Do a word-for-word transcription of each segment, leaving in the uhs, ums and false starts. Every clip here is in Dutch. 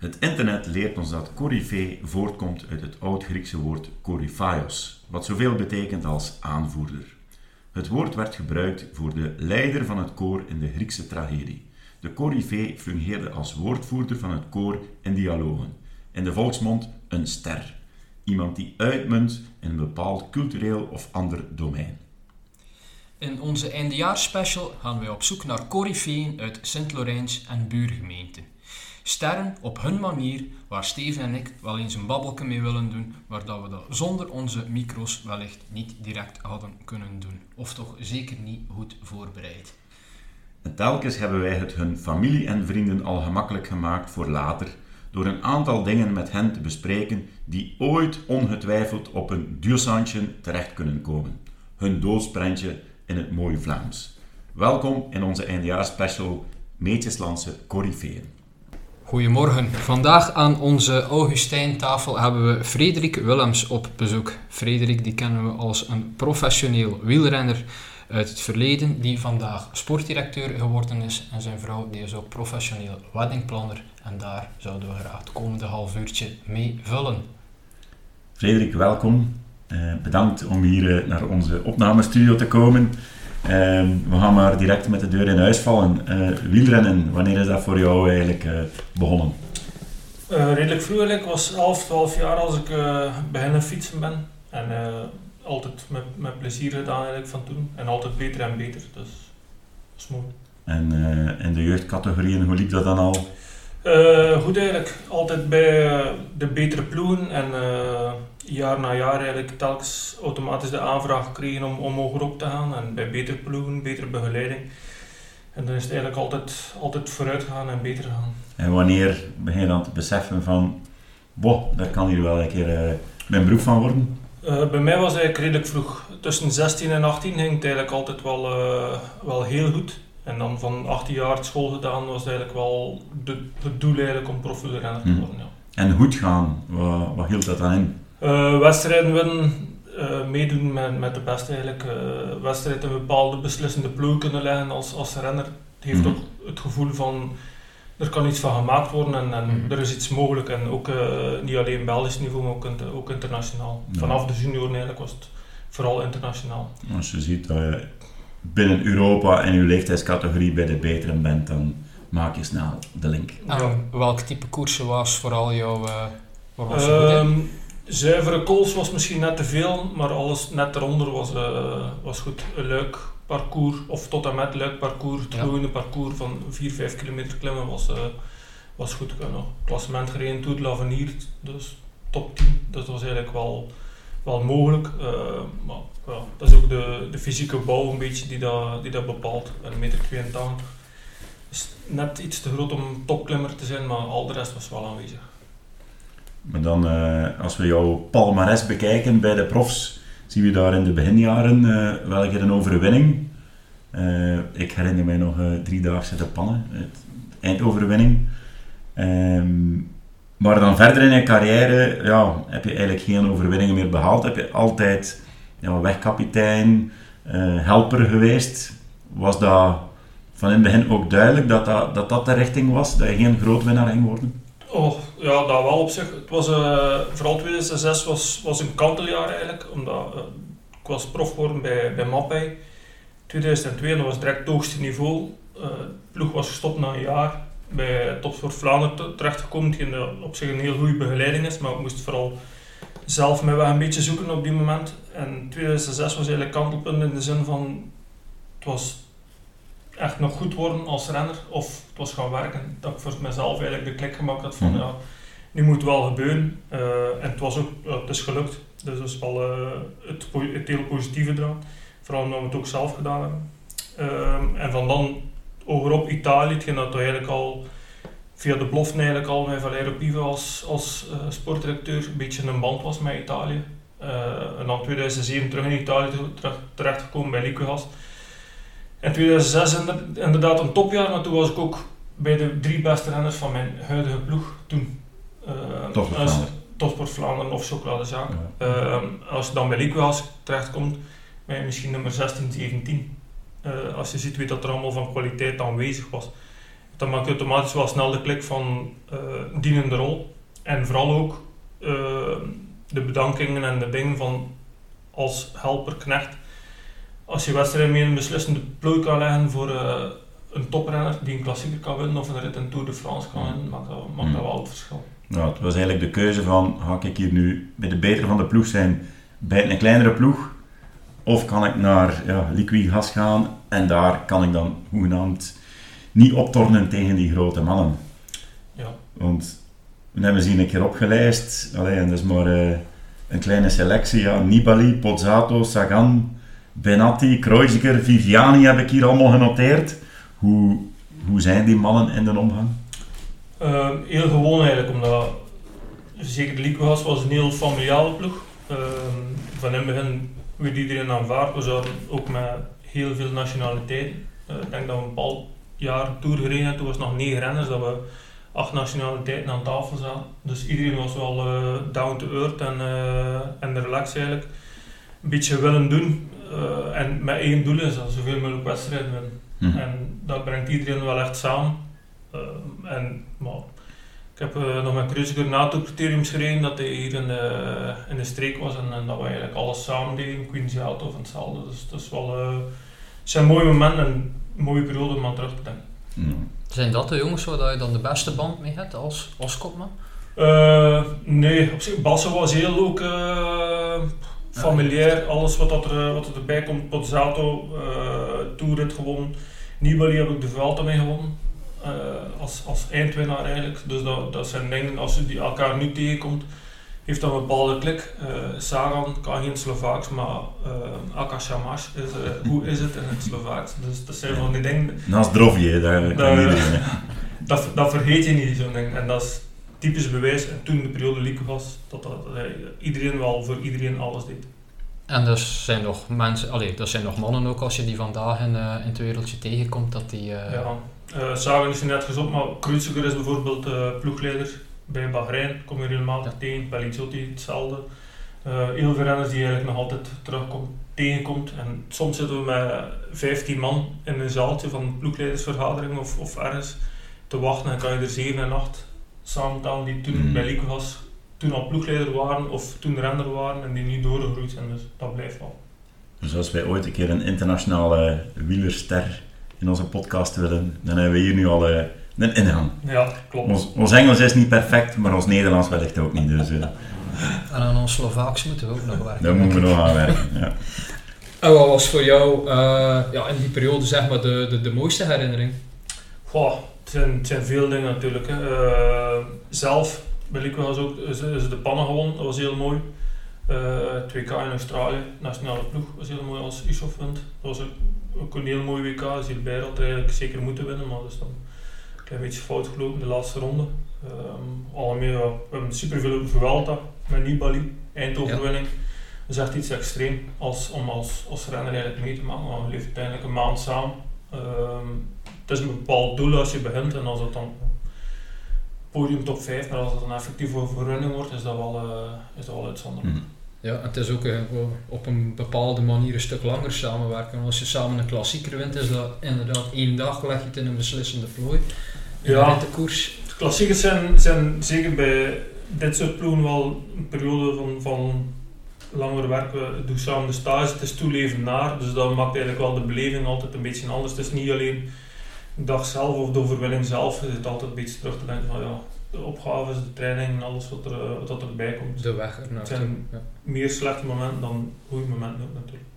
Het internet leert ons dat coryfee voortkomt uit het oud-Griekse woord koryphaios, wat zoveel betekent als aanvoerder. Het woord werd gebruikt voor de leider van het koor in de Griekse tragedie. De coryfee fungeerde als woordvoerder van het koor in dialogen. In de volksmond een ster. Iemand die uitmunt in een bepaald cultureel of ander domein. In onze eindejaarsspecial gaan wij op zoek naar coryfeeën uit Sint-Laurens en buurgemeenten. Sterren op hun manier, waar Steven en ik wel eens een babbelke mee willen doen, maar dat we dat zonder onze micro's wellicht niet direct hadden kunnen doen. Of toch zeker niet goed voorbereid. En telkens hebben wij het hun familie en vrienden al gemakkelijk gemaakt voor later, door een aantal dingen met hen te bespreken die ooit ongetwijfeld op een duursandje terecht kunnen komen. Hun doodsprentje in het mooie Vlaams. Welkom in onze eindejaarsspecial Meetjeslandse coryfeeën. Goedemorgen. Vandaag aan onze Augustijntafel hebben we Frederik Willems op bezoek. Frederik die kennen we als een professioneel wielrenner uit het verleden, die vandaag sportdirecteur geworden is. En zijn vrouw die is ook professioneel weddingplanner. En daar zouden we graag het komende half uurtje mee vullen. Frederik, welkom. Uh, bedankt om hier uh, naar onze opnamestudio te komen. Uh, we gaan maar direct met de deur in huis vallen. Uh, wielrennen, wanneer is dat voor jou eigenlijk uh, begonnen? Uh, redelijk vroeg eigenlijk. Ik was elf, twaalf jaar als ik uh, beginnen fietsen ben. En uh, altijd met, met plezier gedaan eigenlijk van toen. En altijd beter en beter, dus dat is mooi. En uh, in de jeugdcategorieën, hoe liep dat dan al? Uh, goed eigenlijk. Altijd bij uh, de betere ploegen. En uh, jaar na jaar eigenlijk telkens automatisch de aanvraag gekregen om, om hogerop te gaan. En bij betere ploegen, betere begeleiding. En dan is het eigenlijk altijd, altijd vooruit gaan en beter gaan. En wanneer begin je dan te beseffen van, boh, daar kan hier wel een keer uh, mijn beroep van worden? Uh, bij mij was het eigenlijk redelijk vroeg. Tussen zestien en achttien ging het eigenlijk altijd wel, uh, wel heel goed. En dan van achttien jaar school gedaan was het eigenlijk wel de, het doel eigenlijk om profielrenner te worden. Ja. En goed gaan, wat, wat hield dat dan in? Uh, wedstrijden winnen, uh, meedoen met, met de beste eigenlijk. Uh, wedstrijden een bepaalde beslissende ploeg kunnen leggen als, als renner. Het heeft mm-hmm. ook het gevoel van, er kan iets van gemaakt worden en, en mm-hmm. er is iets mogelijk. En ook uh, niet alleen Belgisch niveau, maar ook, inter, ook internationaal. Ja. Vanaf de junioren eigenlijk was het vooral internationaal. Als je ziet dat je binnen Europa en je leeftijdscategorie bij de beteren bent, dan maak je snel de link. En ja. Welk type koersen was vooral jouw... Uh, waar was je goed in? Zuivere kools was misschien net te veel, maar alles net eronder was, uh, was goed. Een Luik parcours, of tot en met Luik parcours, het groeiende ja. parcours van vier, vijf kilometer klimmen was, uh, was goed. Ik heb nog klassement gereden, Tour de l'Avenir, dus top tien. Dus dat was eigenlijk wel, wel mogelijk. Uh, maar ja, dat is ook de, de fysieke bouw een beetje die dat, die dat bepaalt. een meter tweeëntachtig. Dus net iets te groot om topklimmer te zijn, maar al de rest was wel aanwezig. Maar dan, uh, als we jouw palmares bekijken bij de profs, zien we daar in de beginjaren uh, wel een keer een overwinning. Uh, ik herinner mij nog uh, driedaagse de Pannen, het eindoverwinning. Um, maar dan verder in je carrière ja, heb je eigenlijk geen overwinningen meer behaald. Heb je altijd ja, wegkapitein, uh, helper geweest. Was dat van in het begin ook duidelijk dat dat, dat dat de richting was, dat je geen grootwinnaar ging worden? Oh, ja, dat wel op zich. Het was, uh, vooral tweeduizend zes was, was een kanteljaar eigenlijk, omdat uh, ik was prof geworden bij, bij Mappij. tweeduizend twee, dat was direct het hoogste niveau. Uh, de ploeg was gestopt na een jaar, bij Topsport Vlaanderen terechtgekomen, hetgeen op zich een heel goede begeleiding is, maar ik moest vooral zelf mij wel een beetje zoeken op die moment. En tweeduizend zes was eigenlijk kantelpunt in de zin van, het was echt nog goed worden als renner, of het was gaan werken, dat ik voor mezelf eigenlijk de klik gemaakt had van mm. ja, nu moet het wel gebeuren. Uh, en het was ook, uh, het is gelukt, dus dat is wel uh, het, het heel positieve eraan, vooral omdat we het ook zelf gedaan hebben. Uh, en van dan hogerop Italië, hetgeen dat eigenlijk al via de belofte eigenlijk al met Valerio Piva als, als uh, sportdirecteur een beetje een band was met Italië. Uh, en dan tweeduizend zeven terug in Italië terechtgekomen bij Liquigas. In tweeduizend zes inderdaad een topjaar, maar toen was ik ook bij de drie beste renners van mijn huidige ploeg toen. Uh, Topsport Vlaanderen of Chocoladezaak. Ja. Uh, als je dan bij Liquigas terechtkomt, ben je misschien nummer zestien, zeventien. Uh, als je ziet weet dat er allemaal van kwaliteit aanwezig was. Dan maak je automatisch wel snel de klik van uh, dienende rol. En vooral ook uh, de bedankingen en de dingen van als helper, knecht. Als je wedstrijd mee een beslissende plooi kan leggen voor uh, een toprenner die een klassieker kan winnen of een rit in Tour de France kan winnen, maakt dat, maakt dat wel het verschil. Ja, het was eigenlijk de keuze van, ga ik hier nu bij de betere van de ploeg zijn bij een kleinere ploeg, of kan ik naar ja, Liquigas gaan en daar kan ik dan hoegenaamd niet optornen tegen die grote mannen. Ja. Want we hebben ze hier een keer opgelijst, allee, en dat is maar uh, een kleine selectie, ja. Nibali, Pozzato, Sagan, Benatti, Kreuziger, Viviani heb ik hier allemaal genoteerd. Hoe, hoe zijn die mannen in de omgang? Uh, heel gewoon eigenlijk, omdat zeker de Liquigas was een heel familiale ploeg. Uh, van in het begin werd iedereen aanvaard. We zaten ook met heel veel nationaliteiten. Uh, ik denk dat we een bepaald jaar een tour gereden hebben. Toen was het nog negen renners, dat we acht nationaliteiten aan tafel zaten. Dus iedereen was wel uh, down to earth en, uh, en relaxed eigenlijk. Een beetje willen doen. Uh, en met één doel is dat zoveel mogelijk wedstrijden winnen. Mm-hmm. En dat brengt iedereen wel echt samen. Uh, en, maar, ik heb uh, nog met Kreuziger NATO-criteriums gereden dat hij hier in de, in de streek was en, en dat we eigenlijk alles samen deden, Queen's Auto of hetzelfde. Dus dat is wel uh, het zijn mooie momenten en een mooie periode om aan terug te denken. Mm. Zijn dat de jongens waar je dan de beste band mee hebt als, als kopman? Uh, nee, op zich, Basse was heel ook uh, familiair, alles wat, dat er, wat er erbij komt, Pozzato, uh, Tourrit gewonnen, Nibali heb ik de Vuelta mee gewonnen. Uh, als, als eindwinnaar eigenlijk, dus dat, dat zijn dingen, als je die elkaar nu tegenkomt, heeft dat een bepaalde klik. Uh, Sagan kan geen Slovaaks, maar uh, Aka Shamash, is, uh, hoe is het in het Slovaaks? Dus dat zijn van die dingen... Naast Drovje, daar kan iedereen. dat, dat vergeet je niet, zo'n ding. En dat is typisch bewijs, en toen de periode Liquigas, dat, dat, dat iedereen wel voor iedereen alles deed. En er zijn nog mensen, allee, er zijn nog mannen ook, als je die vandaag in, uh, in het wereldje tegenkomt, dat die... Uh... Ja. Uh, Sagan is er net gezocht, maar Kreuziger is bijvoorbeeld uh, ploegleider bij Bahrein, kom je regelmatig ja. tegen, Bellizotti hetzelfde. Uh, heel veel renners die eigenlijk nog altijd terugkomt, tegenkomt. En soms zitten we met vijftien man in een zaaltje van een ploegleidersvergadering of, of ergens te wachten en kan je er zeven en acht samentellen die toen mm. bij Liquigas toen al ploegleider waren of toen renner waren en die niet doorgegroeid zijn, dus dat blijft wel. Dus als wij ooit een keer een internationale wielerster in onze podcast willen, dan hebben we hier nu al uh, een ingang. Ja, klopt. Ons, ons Engels is niet perfect, maar ons Nederlands wellicht ook niet. Dus, uh. En aan ons Slovaaks moeten we ook nog werken. Daar moeten we nog aan werken, ja. En wat was voor jou uh, ja, in die periode zeg maar de, de, de mooiste herinnering? Goh, het, zijn, het zijn veel dingen natuurlijk. Hè. Uh, zelf bij Liquigas ook is, is de pannen gewonnen, dat was heel mooi. Uh, twee K in Australië, nationale ploeg, was heel mooi als Ishoff wint. Dat was ook, ook een heel mooi W K, dus hierbij had er eigenlijk zeker moeten winnen, maar dat is dan een klein beetje fout gelopen de laatste ronde. Um, Algemeen, ja, we hebben superveel Vuelta met Nibali, eindoverwinning. Ja. Dat is echt iets extreem als, om als, als renner eigenlijk mee te maken, maar we leven uiteindelijk een maand samen. Um, het is een bepaald doel als je begint en als het dan podium top vijf, maar als het dan effectief over running wordt, is dat wel, uh, is dat wel uitzonderlijk. Mm. Ja, het is ook uh, op een bepaalde manier een stuk langer samenwerken. Als je samen een klassieker wint, is dat inderdaad één dag leg je het in een beslissende plooi. Ja, de koers. Klassiekers zijn, zijn zeker bij dit soort ploegen wel een periode van, van langer werken. We doen samen de stage, het is toeleven naar, dus dat maakt eigenlijk wel de beleving altijd een beetje anders. Het is niet alleen de dag zelf of de overwinning zelf, je zit altijd een beetje terug te denken van ja, de opgaves, de training en alles wat, er, wat erbij komt. De weg ernaartoe. Het zijn ja. meer slechte momenten dan goede momenten ook natuurlijk.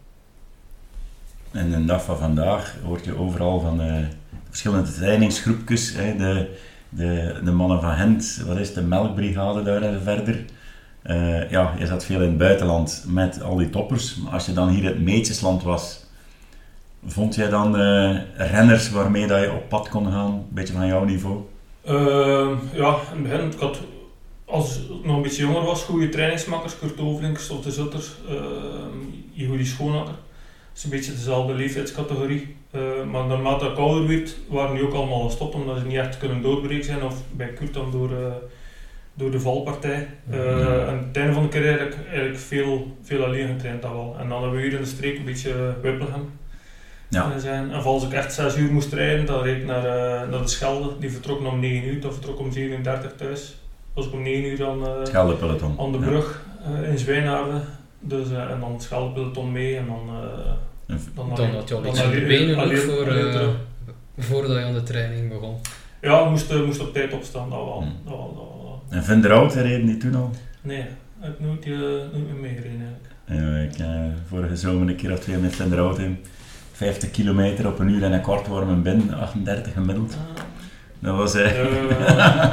En de dag van vandaag hoort je overal van uh, verschillende trainingsgroepjes, hè, de, de, de mannen van Gent, wat is de melkbrigade daar en verder. Uh, ja, je zat veel in het buitenland met al die toppers, maar als je dan hier in het Meetjesland was, vond jij dan uh, renners waarmee dat je op pad kon gaan, een beetje van jouw niveau? Uh, ja, in het begin, ik had, als ik nog een beetje jonger was, goede trainingsmakkers, Kurt Overlinks of de Zutter, uh, Yehudi Schoonakker. Dat is een beetje dezelfde leeftijdscategorie. Uh, maar naarmate ik ouder werd, waren die ook allemaal gestopt omdat ze niet echt kunnen doorbreken zijn, of bij Kurt dan door, uh, door de valpartij. Uh, en aan het einde van de carrière heb ik eigenlijk veel, veel alleen getraind dat wel. En dan hebben we hier in de streek een beetje Wippelhem. Ja. Zijn. En als ik echt zes uur moest rijden, dan reed ik naar, uh, naar de Schelde. Die vertrok om negen uur, dan vertrok ik om zeven uur dertig thuis. Was ik om negen uur aan, uh, Scheldepeloton. aan de brug uh, in Zwijnaarden. Dus, uh, en dan het Scheldepeloton mee en dan... Uh, dan, dan had je al iets op de benen ook voor, uh, voordat je aan de training begon. Ja, ik moest, uh, moest op tijd opstaan, dat wel. Hmm. Dat wel, dat wel. En Vinderhout reden die toen al? Nee, ik heb nooit, uh, nooit meer meegereden eigenlijk. Ja, ik uh, vorige zomer een keer of twee met Vinderhout in. vijftig kilometer op een uur en een kwart warmen binnen, achtendertig gemiddeld. Ah. Dat was... Uh, uh,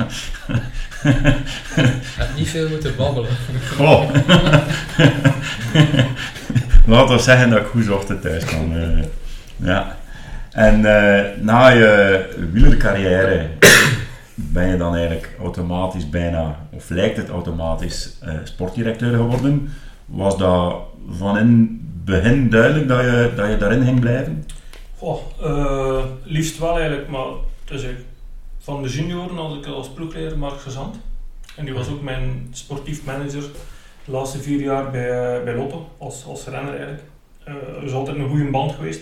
heb niet veel moeten babbelen. Goh. Laat ons zeggen dat ik goed ochtend thuis kan. Uh, ja. En uh, na je wielercarrière ben je dan eigenlijk automatisch bijna, of lijkt het automatisch, uh, sportdirecteur geworden. Was dat van in het begin duidelijk dat je, dat je daarin ging blijven? Goh, uh, liefst wel eigenlijk, maar dus ik, van de junioren had ik als ploegleider Mark Gezant. En die was ook mijn sportief manager de laatste vier jaar bij, bij Lotto, als, als renner eigenlijk. Uh, er is altijd een goede band geweest.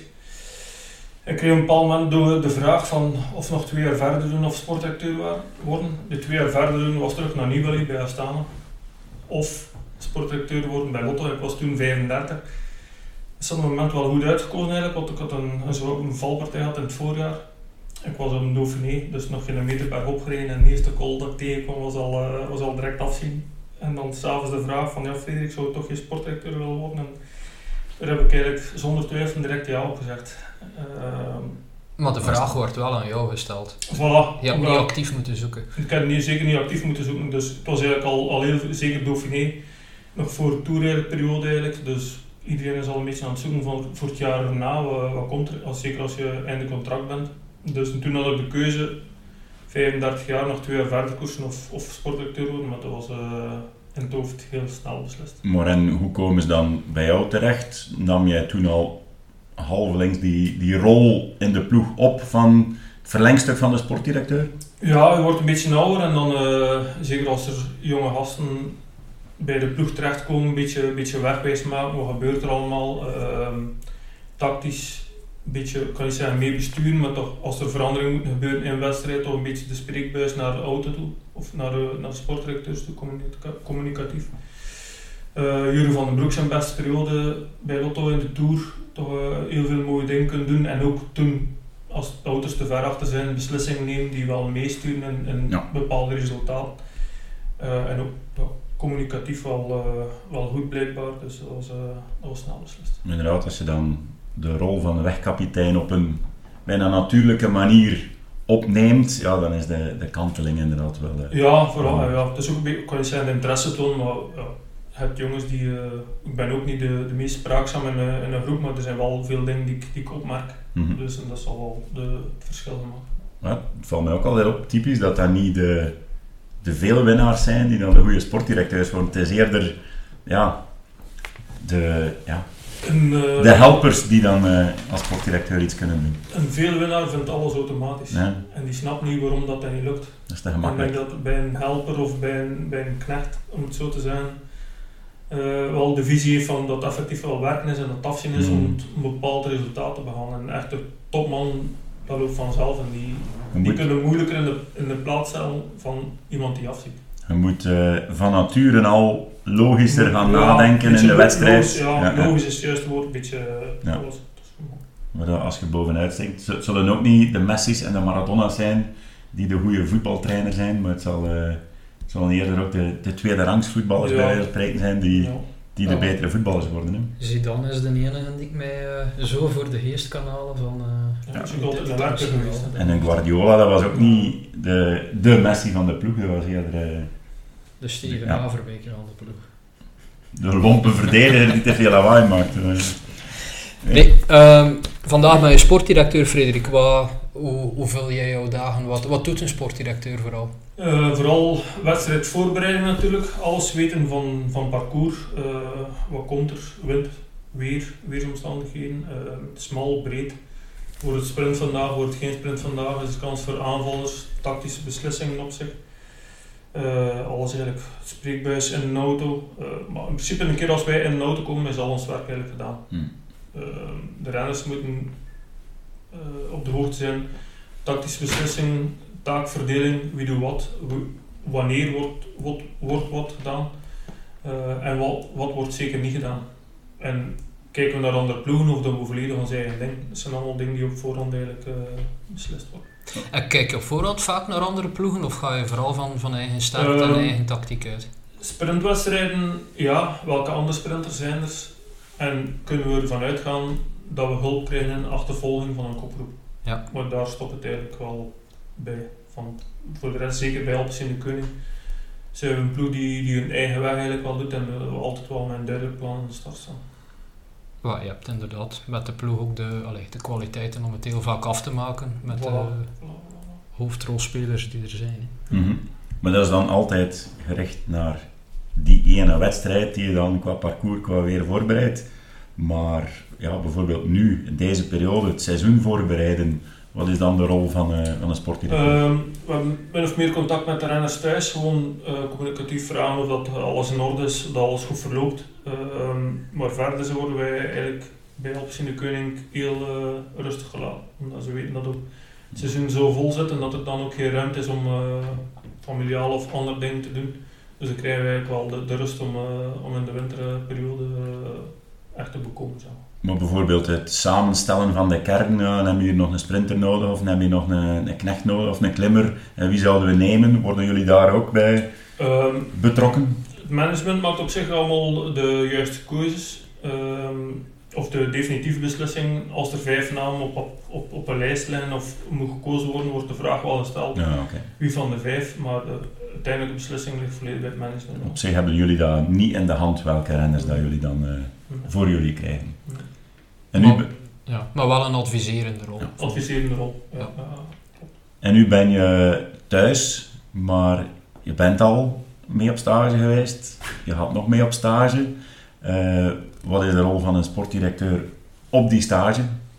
Ik kreeg op een bepaald moment de, de vraag van of nog twee jaar verder doen of sportdirecteur worden. De twee jaar verder doen was terug naar Nibali bij Astana. Of sportdirecteur worden bij Lotto, ik was toen vijfendertig. Het is op het moment wel goed uitgekozen eigenlijk, want ik had een, een, een valpartij gehad in het voorjaar. Ik was op een Dauphiné, dus nog geen meter bergop gereden en de eerste call dat ik tegenkwam was al, uh, was al direct afzien. En dan s'avonds de vraag van ja Frederik, zou je toch geen sportdirecteur willen worden? En daar heb ik eigenlijk zonder twijfel direct ja op gezegd. Uh, maar de vraag wordt wel aan jou gesteld. Voilà. Je hebt niet actief moeten zoeken. Ik heb niet, zeker niet actief moeten zoeken, dus het was eigenlijk al, al heel zeker Dauphiné. Nog voor de tourperiode eigenlijk, dus iedereen is al een beetje aan het zoeken voor, voor het jaar erna, wat, wat komt er, als, zeker als je einde contract bent. Dus toen had ik de keuze, vijfendertig jaar, nog twee jaar verder koersen of, of sportdirecteur worden, maar dat was uh, in het hoofd heel snel beslist. Maar en hoe komen ze dan bij jou terecht? Nam jij toen al halvelings die, die rol in de ploeg op van het verlengstuk van de sportdirecteur? Ja, je wordt een beetje ouder en dan, uh, zeker als er jonge gasten bij de ploeg terechtkomen, een beetje, een beetje wegwijs maken, wat gebeurt er allemaal, uh, tactisch. Een beetje, ik kan niet zeggen mee besturen, maar toch als er verandering moet gebeuren in een wedstrijd, toch een beetje de spreekbuis naar de auto toe, of naar de, naar de sportdirecteurs toe, communica- communicatief. Uh, Jure van den Broek zijn beste periode bij Lotto in de Tour, toch uh, heel veel mooie dingen kunnen doen en ook toen, als de auto's te ver achter zijn, beslissingen nemen die wel meesturen in, in ja. bepaalde resultaten. Uh, en ook ja, communicatief wel, uh, wel goed blijkbaar, dus dat was, uh, dat was snel beslist. Inderdaad, als je dan de rol van de wegkapitein op een bijna natuurlijke manier opneemt, ja, dan is de, de kanteling inderdaad wel... Uh, ja, vooral. Uh, ja. Het is ook een beetje, kan je zeggen, interesse toon, maar ja, je hebt jongens die... Uh, ik ben ook niet de, de meest spraakzaam in, uh, in een groep, maar er zijn wel veel dingen die, die ik opmerk. Mm-hmm. Dus en dat zal wel de, het verschil maken. Ja, het valt mij ook altijd op, typisch, dat dat niet de, de vele winnaars zijn die dan de goede sportdirecteurs worden. Het is eerder, ja, de... Ja, Een, uh, de helpers die dan uh, als sportdirecteur iets kunnen doen. Een veelwinnaar vindt alles automatisch. Ja. En die snapt niet waarom dat, dat niet lukt. Dat is te gemakkelijk. Ik denk dat bij een helper of bij een, bij een knecht, om het zo te zeggen, uh, wel de visie heeft van dat het effectief wel werken is en dat het afzien is mm. om een bepaald resultaat te behalen. En echt de topman, dat loopt vanzelf en die, die kunnen moeilijker in de, in de plaats stellen van iemand die afziet. Je moet uh, van nature al logischer gaan ja, nadenken in de wedstrijd. Logisch, ja, ja, logisch is het juiste woord, een beetje uh, ja. alles. Maar dat, als je bovenuit steekt, het zullen ook niet de Messi's en de Maradona's zijn die de goede voetbaltrainer zijn, maar het zal, uh, het zal eerder ook de, de tweede rangs voetballers ja. bij wijze van spreken zijn die, ja. die de ja. betere voetballers worden. Hè. Zidane is de enige die ik mij uh, zo voor de geest kan halen van... Uh, ja, ja, altijd de werker geweest. En een Guardiola, dat was ook niet de, de Messi van de ploeg, dat was eerder... Uh, de Steven ja. Haverbeek van de ploeg. De lompe verdediger die te veel lawaai maakte. Nee, um, vandaag ben je sportdirecteur, Frederik. Wat, hoe, hoe vul jij jouw dagen? Wat, wat doet een sportdirecteur vooral? Uh, vooral wedstrijd voorbereiden natuurlijk. Alles weten van, van parcours. Uh, wat komt er? Wind, weer, weersomstandigheden. Uh, smal, breed. Wordt het sprint vandaag, wordt het geen sprint vandaag. Is de kans voor aanvallers, tactische beslissingen op zich. Uh, alles eigenlijk spreekbuis in een auto. Uh, maar in principe een keer als wij in een auto komen is al ons werk eigenlijk gedaan. Hmm. Uh, de renners moeten uh, op de hoogte zijn. Tactische beslissing, taakverdeling, wie doet wat, w- wanneer wordt wat, wordt wat gedaan uh, en wat, wat wordt zeker niet gedaan. En kijken we naar andere ploegen of doen we volledig ons eigen ding. Dat zijn allemaal dingen die op voorhand eigenlijk uh, beslist worden. En kijk je op voorhand vaak naar andere ploegen of ga je vooral van, van eigen start en Um, eigen tactiek uit? Sprintwedstrijden, ja, welke andere sprinters zijn er? En kunnen we ervan uitgaan dat we hulp krijgen in achtervolging van een kopgroep. Ja. Maar daar stopt het eigenlijk wel bij. Van, voor de rest, zeker bij Alpes in de Koning, zijn we een ploeg die, die hun eigen weg eigenlijk wel doet en we altijd wel met een duidelijk plan aan de start staan. Ja, je hebt inderdaad met de ploeg ook de, allee, de kwaliteiten om het heel vaak af te maken met Voilà. de Voilà, hoofdrolspelers die er zijn. Hè. Mm-hmm. Maar dat is dan altijd gericht naar die ene wedstrijd die je dan qua parcours, qua weer voorbereidt. Maar ja, bijvoorbeeld nu, in deze periode, het seizoen voorbereiden, wat is dan de rol van, uh, van een sportdirecteur? Um, we hebben min of meer contact met de renners thuis, gewoon uh, communicatief vragen of dat alles in orde is, dat alles goed verloopt. Um, maar verder worden wij eigenlijk bij Alpes in de Koning heel uh, rustig gelaten, omdat ze weten dat ook het seizoen zo vol zit en dat er dan ook geen ruimte is om uh, familiaal of andere dingen te doen. Dus dan krijgen wij eigenlijk wel de, de rust om, uh, om in de winterperiode uh, echt te bekomen. Zo. Maar bijvoorbeeld het samenstellen van de kern, uh, dan heb je hier nog een sprinter nodig, of dan heb je nog een, een knecht nodig, of een klimmer. En wie zouden we nemen? Worden jullie daar ook bij Um, betrokken? Het management maakt op zich allemaal de juiste keuzes. Um, of de definitieve beslissing, als er vijf namen op, op, op, op een lijst liggen of moet gekozen worden, wordt de vraag wel gesteld Ja, okay. wie van de vijf, maar de uiteindelijke beslissing ligt volledig bij het management. Op zich hebben jullie dat niet in de hand, welke renners dat jullie dan uh, voor jullie krijgen. Nee. En nu, be- Ja, maar wel een adviserende rol. Ja. Adviserende rol. Ja. Ja. Ja. en nu ben je thuis, maar je bent al mee op stage geweest. Je gaat nog mee op stage. Uh, wat is de rol van een sportdirecteur op die stage?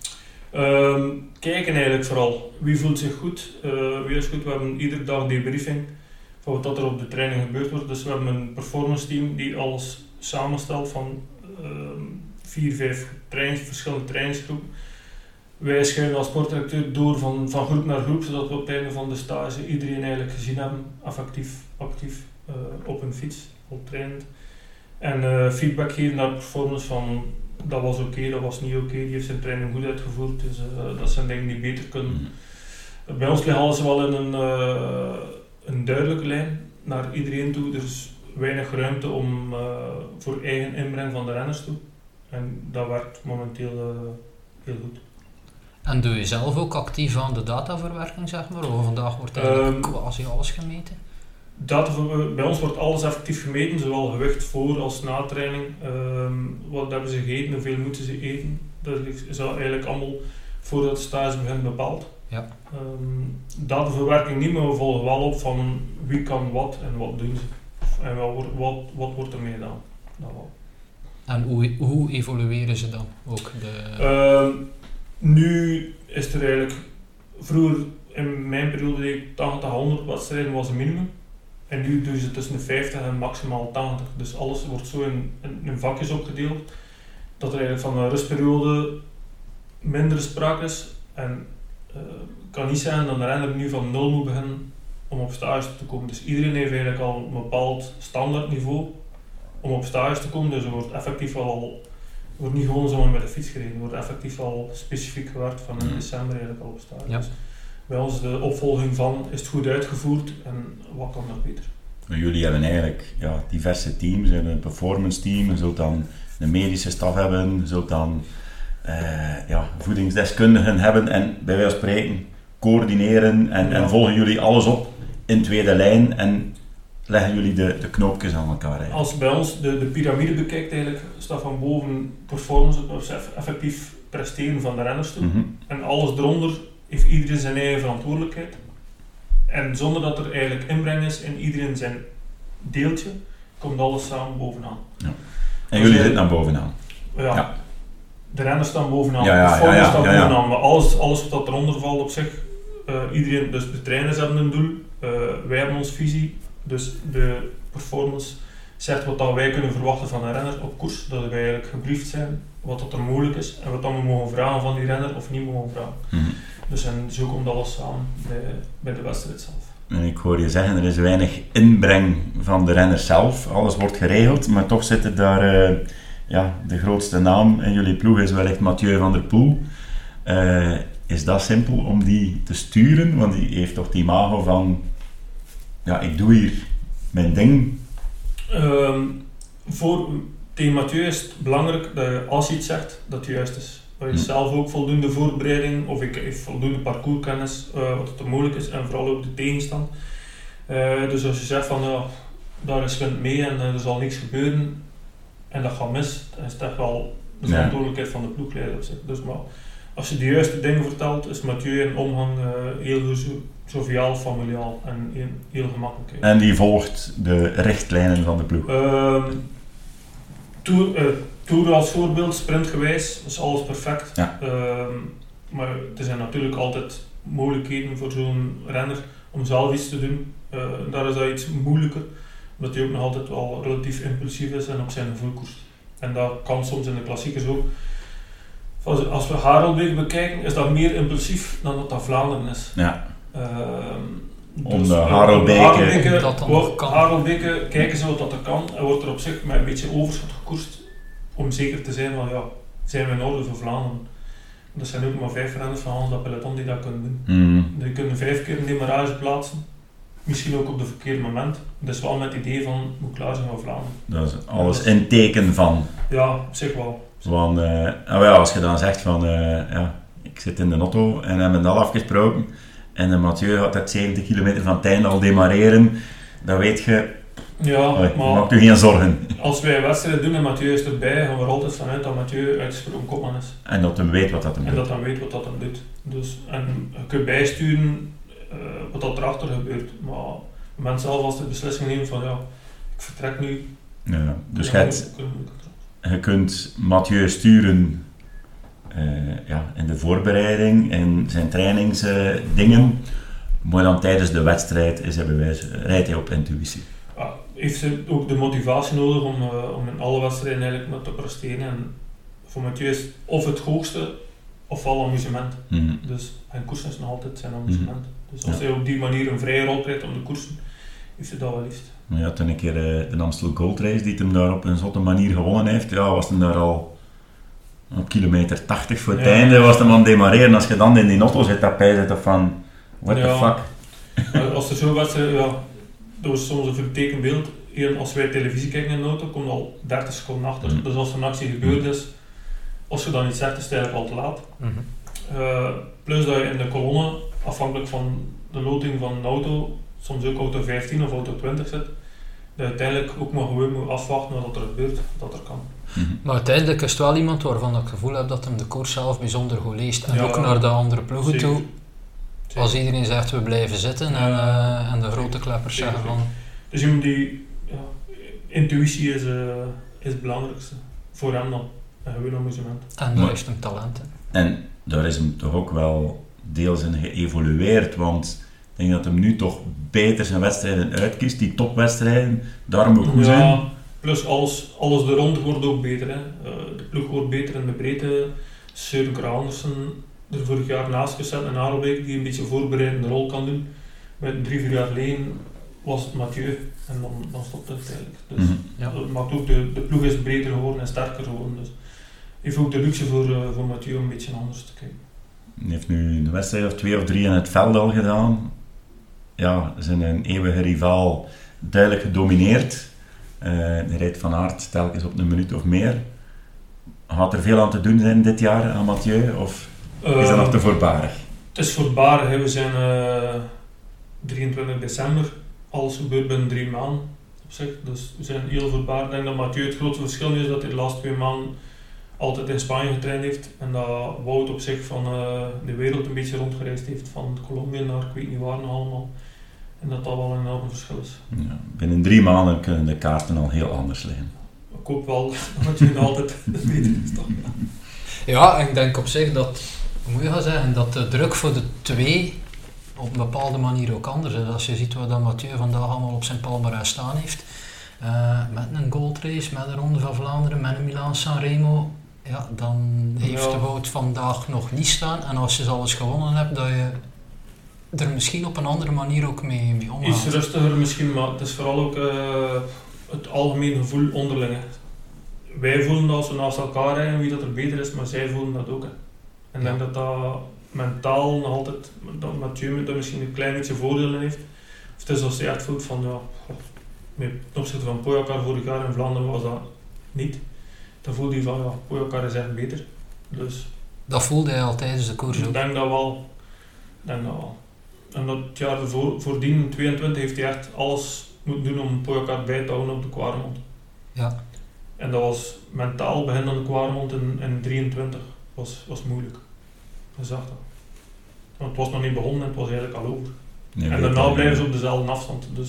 Um, kijken eigenlijk vooral. Wie voelt zich goed? Uh, wie is goed? We hebben iedere dag debriefing van wat er op de training gebeurd wordt. Dus we hebben een performance team die alles samenstelt van um, vier, vijf trainings, verschillende trainingsgroepen. Wij schuiven als sportdirecteur door van, van groep naar groep, zodat we op het einde van de stage iedereen eigenlijk gezien hebben, effectief, actief, uh, op een fiets, al trainend. En uh, feedback geven naar de performance van dat was oké, okay, dat was niet oké, okay, die heeft zijn training goed uitgevoerd, dus uh, dat zijn dingen die beter kunnen. Mm. Bij ons ligt alles wel in een, uh, een duidelijke lijn naar iedereen toe, er is weinig ruimte om, uh, voor eigen inbreng van de renners toe. En dat werkt momenteel uh, heel goed. En doe je zelf ook actief aan de dataverwerking, zeg maar? Of vandaag wordt eigenlijk um, quasi alles gemeten? Data, bij ons wordt alles effectief gemeten, zowel gewicht voor als na training. Um, wat hebben ze gegeten, hoeveel moeten ze eten. Dat is eigenlijk allemaal voordat de stage begint bepaald. Ja. Um, dataverwerking niet, maar we volgen wel op van wie kan wat en wat doen ze. En wat, wat, wat wordt er mee gedaan. Dat wel. En hoe, hoe evolueren ze dan ook? De... Um, nu is er eigenlijk, vroeger in mijn periode deed ik tachtig à honderd wedstrijden was het minimum. En nu doen ze tussen de vijftig en maximaal tachtig. Dus alles wordt zo in, in, in vakjes opgedeeld. Dat er eigenlijk van een rustperiode minder sprake is. En het uh, kan niet zijn dat een renner nu van nul moet beginnen om op stage te komen. Dus iedereen heeft eigenlijk al een bepaald standaardniveau om op stage te komen. Dus er wordt effectief wel al, er wordt niet gewoon zomaar met de fiets gereden. Er wordt effectief al specifiek gewerkt van in december eigenlijk al op stage. Ja. Dus bij ons de opvolging van is het goed uitgevoerd en wat kan nog beter. Jullie hebben eigenlijk ja, diverse teams, een performance team, je zult dan een medische staf hebben, je zult dan uh, ja, voedingsdeskundigen hebben en bij wijze van spreken coördineren en, ja. en volgen jullie alles op in tweede lijn en leggen jullie de, de knoopjes aan elkaar eigenlijk. Als bij ons de, de piramide bekijkt eigenlijk, staat van boven performance, effectief presteren van de renners toe. Mm-hmm. En alles eronder heeft iedereen zijn eigen verantwoordelijkheid. En zonder dat er eigenlijk inbreng is in iedereen zijn deeltje, komt alles samen bovenaan. Ja. En jullie zitten naar bovenaan? Ja. ja. De renners staan bovenaan, ja, ja, de performance ja, ja, staat ja, ja. bovenaan, maar alles, alles wat eronder valt op zich, uh, iedereen, dus de trainers hebben een doel, uh, wij hebben onze visie, dus de performance zegt wat dat wij kunnen verwachten van een renner op koers, dat wij eigenlijk gebriefd zijn wat dat er mogelijk is en wat dan we mogen vragen van die renner of niet mogen vragen. Mm-hmm. Dus en zo komt alles samen bij, bij de wedstrijd zelf. En ik hoor je zeggen, er is weinig inbreng van de renner zelf, alles wordt geregeld, maar toch zit er daar, uh, ja, de grootste naam in jullie ploeg is wellicht Mathieu van der Poel. Uh, is dat simpel om die te sturen? Want die heeft toch die imago van, ja, ik doe hier mijn ding. Um, voor, tegen Mathieu is het belangrijk dat je, als je iets zegt, dat het juist is. Dat je zelf ook voldoende voorbereiding of ik heb voldoende parcourskennis, uh, wat er mogelijk is en vooral ook de tegenstand. Uh, dus als je zegt van ja, daar is wind mee en uh, er zal niks gebeuren en dat gaat mis, dan is het echt wel de verantwoordelijkheid van de ploegleider op zich. Dus, maar als je de juiste dingen vertelt, is Mathieu in omgang uh, heel joviaal, familiaal en heel, heel gemakkelijk. En die volgt de richtlijnen van de ploeg? Uh, tour, uh, tour als voorbeeld, sprintgewijs, is alles perfect. Ja. Uh, maar er zijn natuurlijk altijd mogelijkheden voor zo'n renner om zelf iets te doen. Uh, daar is dat iets moeilijker, omdat hij ook nog altijd wel relatief impulsief is en op zijn gevoel koerst. En dat kan soms in de klassiekers ook. Als we Harelbeke bekijken, is dat meer impulsief dan dat dat Vlaanderen is. Ja. Uh, dus om de Harelbeke... Harelbeke kijken ze wat dat er kan en wordt er op zich met een beetje overschot gekoerst om zeker te zijn van ja, zijn we in orde voor Vlaanderen. Er zijn ook maar vijf renners van dat peloton die dat kunnen doen. Mm. Die kunnen vijf keer een demarrage plaatsen. Misschien ook op het verkeerde moment. Dat is wel met het idee van hoe klaar zijn we Vlaanderen. Dat is alles in teken van. Ja, op zich wel. Want uh, oh ja, als je dan zegt van uh, ja, ik zit in de auto en hebben al afgesproken en de Mathieu gaat uit zeventig kilometer van het einde al demareren, dan weet je, ja, oh, maar maak je geen zorgen. Als wij een wedstrijd doen en Mathieu is erbij, gaan we er altijd vanuit dat Mathieu uitgesproken kopman is. En dat hij weet wat dat hem en doet. En dat hij weet wat dat hem doet. Dus, en je kunt bijsturen uh, wat dat erachter gebeurt, maar de mens zelf als de beslissing neemt van ja, ik vertrek nu. Ja, dus ja, het, je kunt Mathieu sturen uh, ja, in de voorbereiding, in zijn trainingsdingen, uh, maar dan tijdens de wedstrijd is hij bewijs, rijdt hij op intuïtie. Ja, heeft ze ook de motivatie nodig om, uh, om in alle wedstrijden eigenlijk met te presteren. En voor Mathieu is of het hoogste ofwel amusement. Mm. Dus, en koersen is nog altijd zijn amusement. Mm. Dus als ja. hij op die manier een vrije rol krijgt om de koersen, heeft hij dat wel liefst. Ja, toen een keer uh, de Amstel Gold Race die hem daar op een zotte manier gewonnen heeft, ja, was hij daar al op kilometer tachtig voor het ja. einde, was hij aan het demareren. Als je dan in die auto zit, dat bij zit van, what ja. the fuck. Als er zo'n wedstrijd, ja, dat was soms een vertekend beeld. Als wij televisie kijken in de auto, komt al dertig seconden achter. Mm. Dus als er een actie gebeurd is, als je dan iets zegt, is het eigenlijk al te laat. Mm-hmm. Uh, plus dat je in de kolonne, afhankelijk van de loting van een auto, soms ook auto vijftien of auto twintig zit, dat je uiteindelijk ook maar gewoon moet afwachten wat er gebeurt, dat er kan. Mm-hmm. Maar uiteindelijk is het wel iemand waarvan ik het gevoel heb dat hem de koers zelf bijzonder goed leest. En ja, ook naar de andere ploegen zeker. toe. Zeker. Als iedereen zegt we blijven zitten ja. en, uh, en de grote kleppers zeker. zeggen van... Dus iemand die, ja, intuïtie is, uh, is het belangrijkste voor hem dan. En gewoon amusement. En daar heeft hem talent in. En daar is hem toch ook wel deels in geëvolueerd, want ik denk dat hem nu toch beter zijn wedstrijden uitkiest, die topwedstrijden, daarom ook goed zijn. Ja, plus alles, alles er rond wordt ook beter. Hè. Uh, de ploeg wordt beter in de breedte. Søren Kragh Andersen er vorig jaar naast gezet en Harelbeke die een beetje voorbereidende rol kan doen. Met drie, vier jaar geleden was het Mathieu en dan, dan stopt het eigenlijk. Dus mm-hmm. ja. dat maakt ook de, de ploeg is beter geworden en sterker geworden. Dus heeft ook de luxe voor, uh, voor Mathieu om een beetje anders te kijken. Hij heeft nu een wedstrijd of twee of drie in het veld al gedaan. Ja, zijn eeuwige rivaal duidelijk gedomineerd. Uh, hij rijdt Van Aert telkens op een minuut of meer. Gaat er veel aan te doen zijn dit jaar aan Mathieu, of uh, is dat nog te voorbarig? Het is voorbarig, hè. We zijn uh, drieëntwintig december, alles gebeurt binnen drie maanden op zich, dus we zijn heel voorbarig. Ik denk dat Mathieu het grootste verschil is dat hij de laatste twee maanden altijd in Spanje getraind heeft en dat Wout op zich van uh, de wereld een beetje rondgereisd heeft, van Colombia naar ik weet niet waar nog allemaal. En dat dat wel een enorm verschil is. Ja, binnen drie maanden kunnen de kaarten al heel anders liggen. Ik hoop wel dat je altijd beter is toch? Ja, en ik denk op zich dat, hoe moet je gaan zeggen, dat de druk voor de twee op een bepaalde manier ook anders is. Als je ziet wat dat Mathieu vandaag allemaal op zijn palmarès staan heeft, uh, met een goldrace, met een Ronde van Vlaanderen, met een Milaan-San Remo, ja, dan heeft Ja. de Wout vandaag nog niet staan. En als je ze alles gewonnen hebt, dat je er misschien op een andere manier ook mee, mee omgaat. Iets rustiger misschien, maar het is vooral ook uh, het algemeen gevoel onderling. Wij voelen dat als we naast elkaar rijden wie dat er beter is, maar zij voelen dat ook. Hè. En ik Ja. denk dat dat mentaal nog altijd, dat Mathieu dat misschien een klein beetje voordelen heeft. Of het is als hij echt voelt van, ja, god, met ten opzichte van Pogacar vorig jaar in Vlaanderen was dat niet. Dan voelde hij van, ja, Pogacar is echt beter. Dus Dat voelde hij al tijdens de koers ik ook. denk dat wel. Ik denk dat wel. En dat het jaar voor, voordien, in tweeëntwintig, heeft hij echt alles moeten doen om Pogacar bij te houden op de Kwaremond. Ja. En dat was mentaal begin aan de Kwaremond in, in drieëntwintig. Was, was moeilijk. Je zag dat. Want het was nog niet begonnen en het was eigenlijk al over. Nee, en daarna blijven ze op dezelfde afstand. Dus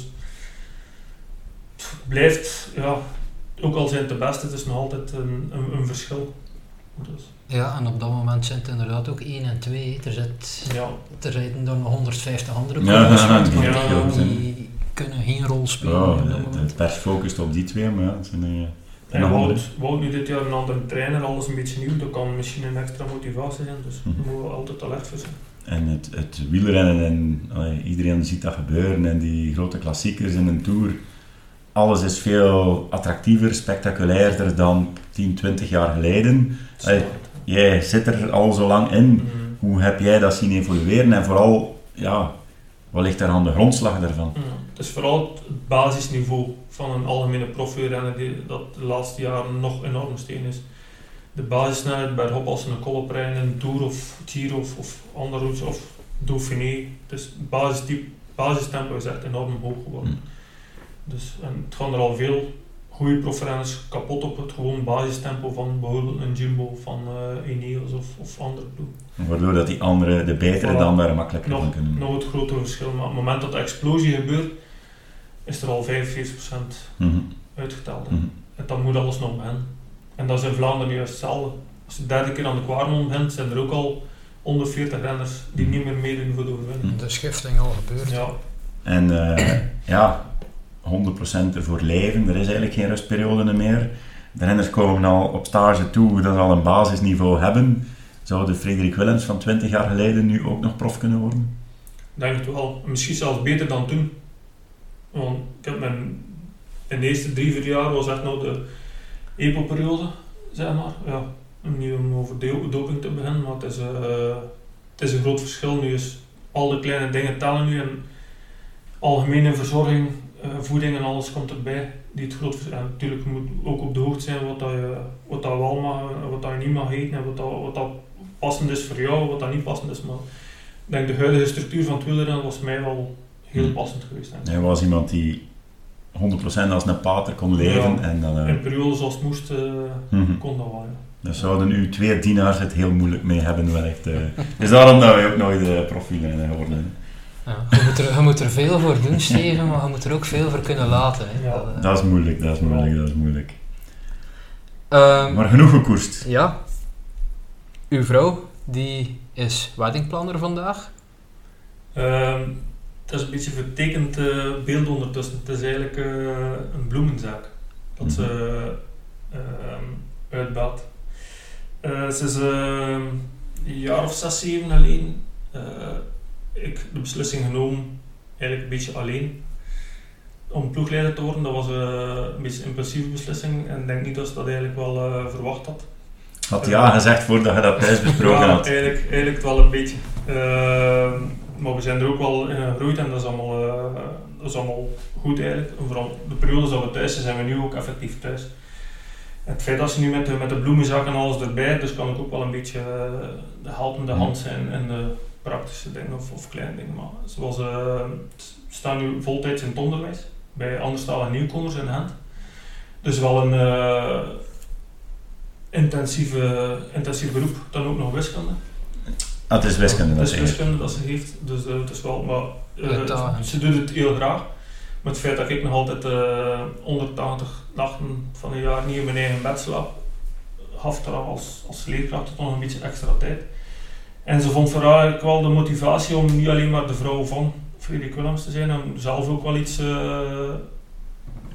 het blijft, ja, ook al zijn het de beste, het is nog altijd een, een, een verschil. Dus, Ja, en op dat moment zijn het inderdaad ook één en twee. Er, zit, ja. er rijden dan nog honderdvijftig andere Ja, coureurs ja, rond, maar ja, die, ja. die kunnen geen rol spelen Ja, op dat de, moment. de pers focust op die twee, maar ja, het zijn uh, En nog andere. Wout, Wout nu dit jaar een andere trainer, alles een beetje nieuw, dat kan misschien een extra motivatie zijn, dus Mhm. daar moeten we altijd alert voor zijn. En het, het wielrennen, en allee, iedereen ziet dat gebeuren, en die grote klassiekers in een Tour, alles is veel attractiever, spectaculairder dan tien, twintig jaar geleden. Allee, jij zit er al zo lang in. Mm. Hoe heb jij dat zien evolueren? En vooral, ja, wat ligt daar aan de grondslag daarvan? Ja, het is vooral het basisniveau van een algemene profwielrenner die dat de laatste jaren nog enorm steen is. De basissnelheid bergop als ze een kollop rijden in een Tour of Giro of, of andere routes of Dauphiné. Dus het basistype, basistempo is echt enorm hoog geworden. Mm. Dus, en het gaan er al veel goede profrenners kapot op het gewoon basistempo van bijvoorbeeld een Jumbo, van uh, Ineos of, of andere ploegen. Waardoor dat die andere, de betere, Voilà. dan daar makkelijker Nog, van kunnen. nog het grotere verschil, maar op het moment dat de explosie gebeurt, is er al vijfenveertig procent Mm-hmm. uitgeteld. Mm-hmm. En dan moet alles nog beginnen. En dat is in Vlaanderen juist hetzelfde. Als je de derde keer aan de Kwaremond begint, zijn er ook al honderdveertig renners die niet meer meedoen voor de overwinning. De schifting al gebeurd. Ja, En uh, ja, honderd procent ervoor leven, er is eigenlijk geen rustperiode meer. De renners komen al op stage toe dat ze al een basisniveau hebben. Zou de Frederik Willems van twintig jaar geleden nu ook nog prof kunnen worden? ik denk het wel. Misschien zelfs beter dan toen. Want ik heb mijn, in de eerste drie, vier jaar was echt nog de E P O-periode, zeg maar. Ja, niet om over do- doping te beginnen, maar het is, uh, het is een groot verschil. Nu is al de kleine dingen tellen nu en algemene verzorging, uh, voeding en alles komt erbij. Die het groot verschil. En natuurlijk je moet ook op de hoogte zijn wat dat je, wat dat wel mag en wat dat je niet mag eten en wat dat, wat dat passend is voor jou, wat dat niet passend is. Maar ik denk de huidige structuur van het wielrennen was mij wel heel passend geweest. Denk ik. Hij was iemand die honderd procent als een pater kon leven. Ja. En dan, uh, In periodes als het moest, uh, mm-hmm. kon dat wel. Ja. Daar zouden uw twee dienaars het heel moeilijk mee hebben wellicht. Uh. Dus daarom dat wij ook nooit uh, profielrenner geworden. Ja, je, moet er, je moet er veel voor doen, Steven, maar je moet er ook veel voor kunnen laten. Hè. Ja. Dat, uh, Dat is moeilijk, dat is moeilijk, dat is moeilijk. Um, Maar genoeg gekoerst. Ja. Uw vrouw, die is weddingplanner vandaag. Um, het is een beetje een vertekend uh, beeld ondertussen. Het is eigenlijk uh, een bloemenzaak dat ze uh, uh, uitbaat. Uh, ze is uh, een jaar of zes, zeven alleen. Uh, ik de beslissing genomen, eigenlijk een beetje alleen, om ploegleider te worden. Dat was uh, een beetje een impulsieve beslissing en ik denk niet dat ze dat eigenlijk wel uh, verwacht had. Had ja gezegd voordat je dat thuis besproken ja, had. Eigenlijk, eigenlijk wel een beetje. Uh, maar we zijn er ook wel in gegroeid en dat is allemaal, uh, dat is allemaal goed eigenlijk. En vooral de periodes dat we thuis zijn, zijn we nu ook effectief thuis. En het feit dat ze nu met de, met de bloemenzak en alles erbij, dus kan ik ook wel een beetje uh, de helpende hand zijn in de praktische dingen of, of kleine dingen. Maar zoals, uh, we staan nu voltijds in het onderwijs, bij anderstalige nieuwkomers in Gent. Dus wel een uh, intensieve, intensief beroep, dan ook nog wiskunde. Ah, het is wiskunde Het dat is ze wiskunde dat ze heeft, dus uh, het is wel, maar uh, Uitdagend. ze doet het heel graag. Maar het feit dat ik nog altijd uh, honderdtachtig nachten van een jaar niet in mijn eigen bed slaap, gaf er als, als leerkracht toch nog een beetje extra tijd. En ze vond voor haar eigenlijk wel de motivatie om niet alleen maar de vrouw van Frederik Willems te zijn, om zelf ook wel iets uh,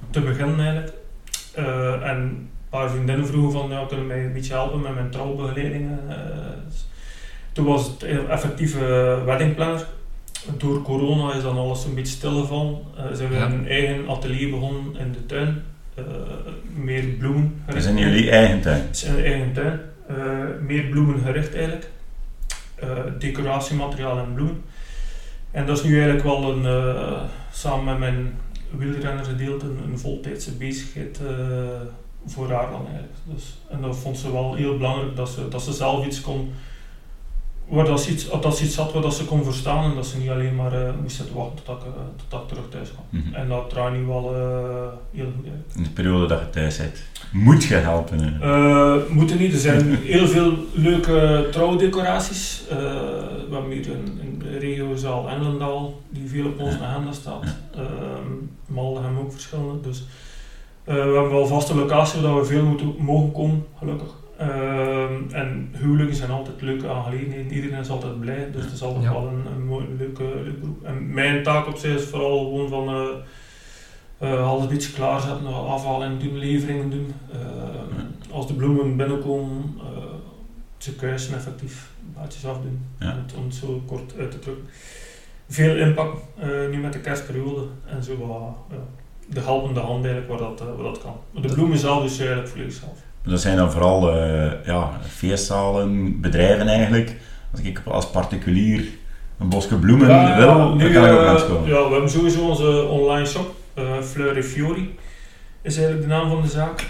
te beginnen eigenlijk. Uh, en een paar vriendinnen vroegen van, ja, kunnen mij een beetje helpen met mijn trouwbegeleidingen. Uh, dus toen was het effectief uh, weddingplanner. Door corona is dan alles een beetje stilgevallen. Uh, zijn we ja. een eigen atelier begonnen in de tuin. Uh, meer bloemen. Dat is in jullie eigen tuin? Het is in de eigen tuin. Uh, meer bloemen gericht eigenlijk. Uh, decoratiemateriaal en bloemen. En dat is nu eigenlijk wel een, uh, samen met mijn wielrennergedeelte, een, een voltijdse bezigheid uh, voor haar dan eigenlijk. Dus, en dat vond ze wel heel belangrijk, dat ze, dat ze zelf iets kon, waar dat ze iets, dat ze iets had waar dat ze kon verstaan en dat ze niet alleen maar uh, moest zitten wachten tot ik, uh, tot ik terug thuis kwam. Mm-hmm. En dat draait nu wel uh, heel goed uit. In de periode dat je thuis zit, moet je helpen? Uh, moeten niet, er zijn heel veel leuke trouwdecoraties. Uh, we hebben hier in, in de regiozaal Engelendaal, die veel op onze agenda staat. Uh, Malden hebben ook verschillende. Dus, uh, we hebben wel vaste locaties waar we veel moeten mogen komen, gelukkig. Uh, en huwelijken zijn altijd leuke aangelegenheden, iedereen is altijd blij, dus het is altijd ja. wel een, een mooi, leuke, leuk beroep. En mijn taak op zich is vooral gewoon van uh, uh, alles iets klaarzetten, afhalen en doen, leveringen doen. Uh, ja. Als de bloemen binnenkomen, uh, ze kuisen effectief, baatjes afdoen, ja. om het zo kort uit te drukken. Veel inpakken, uh, nu met de kerstperiode en zo uh, uh, de helpende hand eigenlijk waar dat, uh, waar dat kan. Maar de bloemen zelf is eigenlijk volledig zelf. Dat zijn dan vooral uh, ja, feestzalen, bedrijven eigenlijk. Als ik als particulier een bosje bloemen ja, wil, nu, dan kan ik ook langskomen. Ja, we hebben sowieso onze online shop, uh, Fleur Fiori is eigenlijk de naam van de zaak.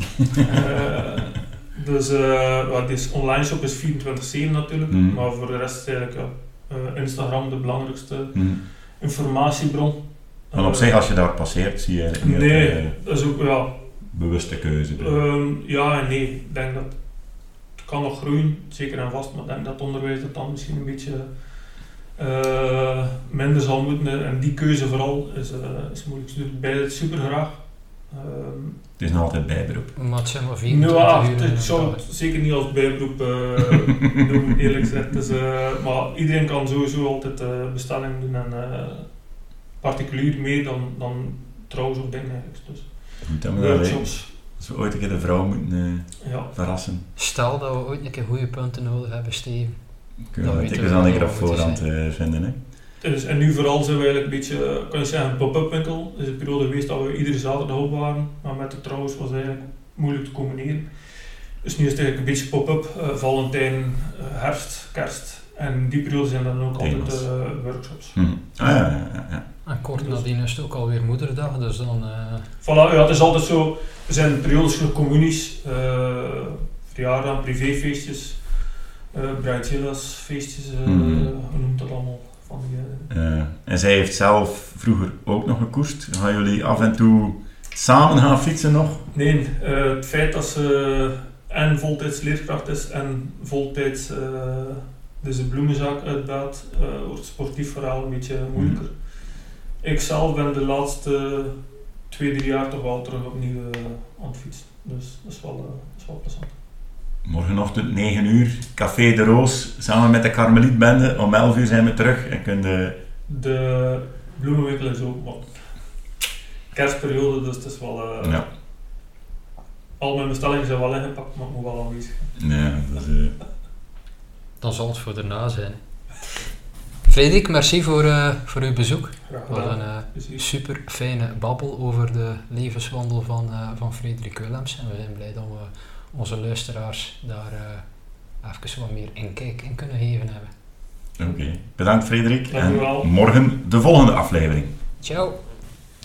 uh, dus uh, de online shop is vierentwintig zeven natuurlijk, mm. maar voor de rest is eigenlijk uh, Instagram de belangrijkste mm. informatiebron. Want op uh, zich, als je daar passeert, zie je eigenlijk nee, uh, dat is ook ja. bewuste keuze. Um, ja en nee. Ik denk dat het kan nog groeien, zeker en vast, maar ik denk dat het onderwijs dat dan misschien een beetje uh, minder zal moeten. En die keuze vooral is, uh, is moeilijk. Dus bij het super graag. Um, het is nog altijd bijberoep. Maar het zijn maar vierentwintig uur. Ik zou het zeker niet als bijberoep uh, noemen, eerlijk gezegd. Dus, uh, maar iedereen kan sowieso altijd uh, bestellingen doen en uh, particulier meer dan, dan trouwens ook dingen eigenlijk. Dus. Goed, dat we workshops. Als we ooit een keer de vrouw moeten uh, ja. verrassen. Stel dat we ooit een keer goede punten nodig hebben, Steven. Kunnen we het dan een keer op voorhand uh, vinden. Hè? Dus, en nu vooral zijn we eigenlijk een beetje, kan je zeggen, een pop-up winkel. Het is een periode geweest dat we iedere zaterdag op waren, maar met de trouwens was het eigenlijk moeilijk te combineren. Dus nu is het eigenlijk een beetje pop-up, uh, Valentijn, uh, herfst, kerst. En die periode zijn dan ook Thema's. altijd uh, workshops. Hmm. Ah, ja, ja, ja, ja. En kort nadien is het ook alweer moederdag, dus dan... Uh... Voilà, ja, het is altijd zo, er zijn periodes voor communies, uh, verjaardagen, privéfeestjes, uh, bruidshela's feestjes, uh, hmm. hoe noemt dat allemaal? Van die, uh... uh, en zij heeft zelf vroeger ook nog gekoerst. Gaan jullie af en toe samen gaan fietsen nog? Nee, uh, het feit dat ze en voltijds leerkracht is en voltijds uh, dus de bloemenzaak uitbaat, uh, wordt het sportief verhaal een beetje moeilijker. Hmm. Ik zelf ben de laatste twee, drie jaar toch wel terug opnieuw uh, aan het fietsen. Dus dat is wel, uh, dat is wel plezant. Morgenochtend negen uur, Café de Roos, samen met de Karmelietbende. Om elf uur zijn we terug en kunnen de... De bloemenwinkel is ook, maar kerstperiode, dus het is wel... Uh, ja. Al mijn bestellingen zijn wel ingepakt, maar ik moet wel aanwezig zijn. Ja, dat is... Uh... Dan zal het voor daarna zijn. Frederik, merci voor, uh, voor uw bezoek. Het was een uh, super fijne babbel over de levenswandel van, uh, van Frederik Willems. En we zijn blij dat we onze luisteraars daar uh, even wat meer inkijk in kunnen geven hebben. Oké, okay. Bedankt Frederik. En morgen de volgende aflevering. Ciao.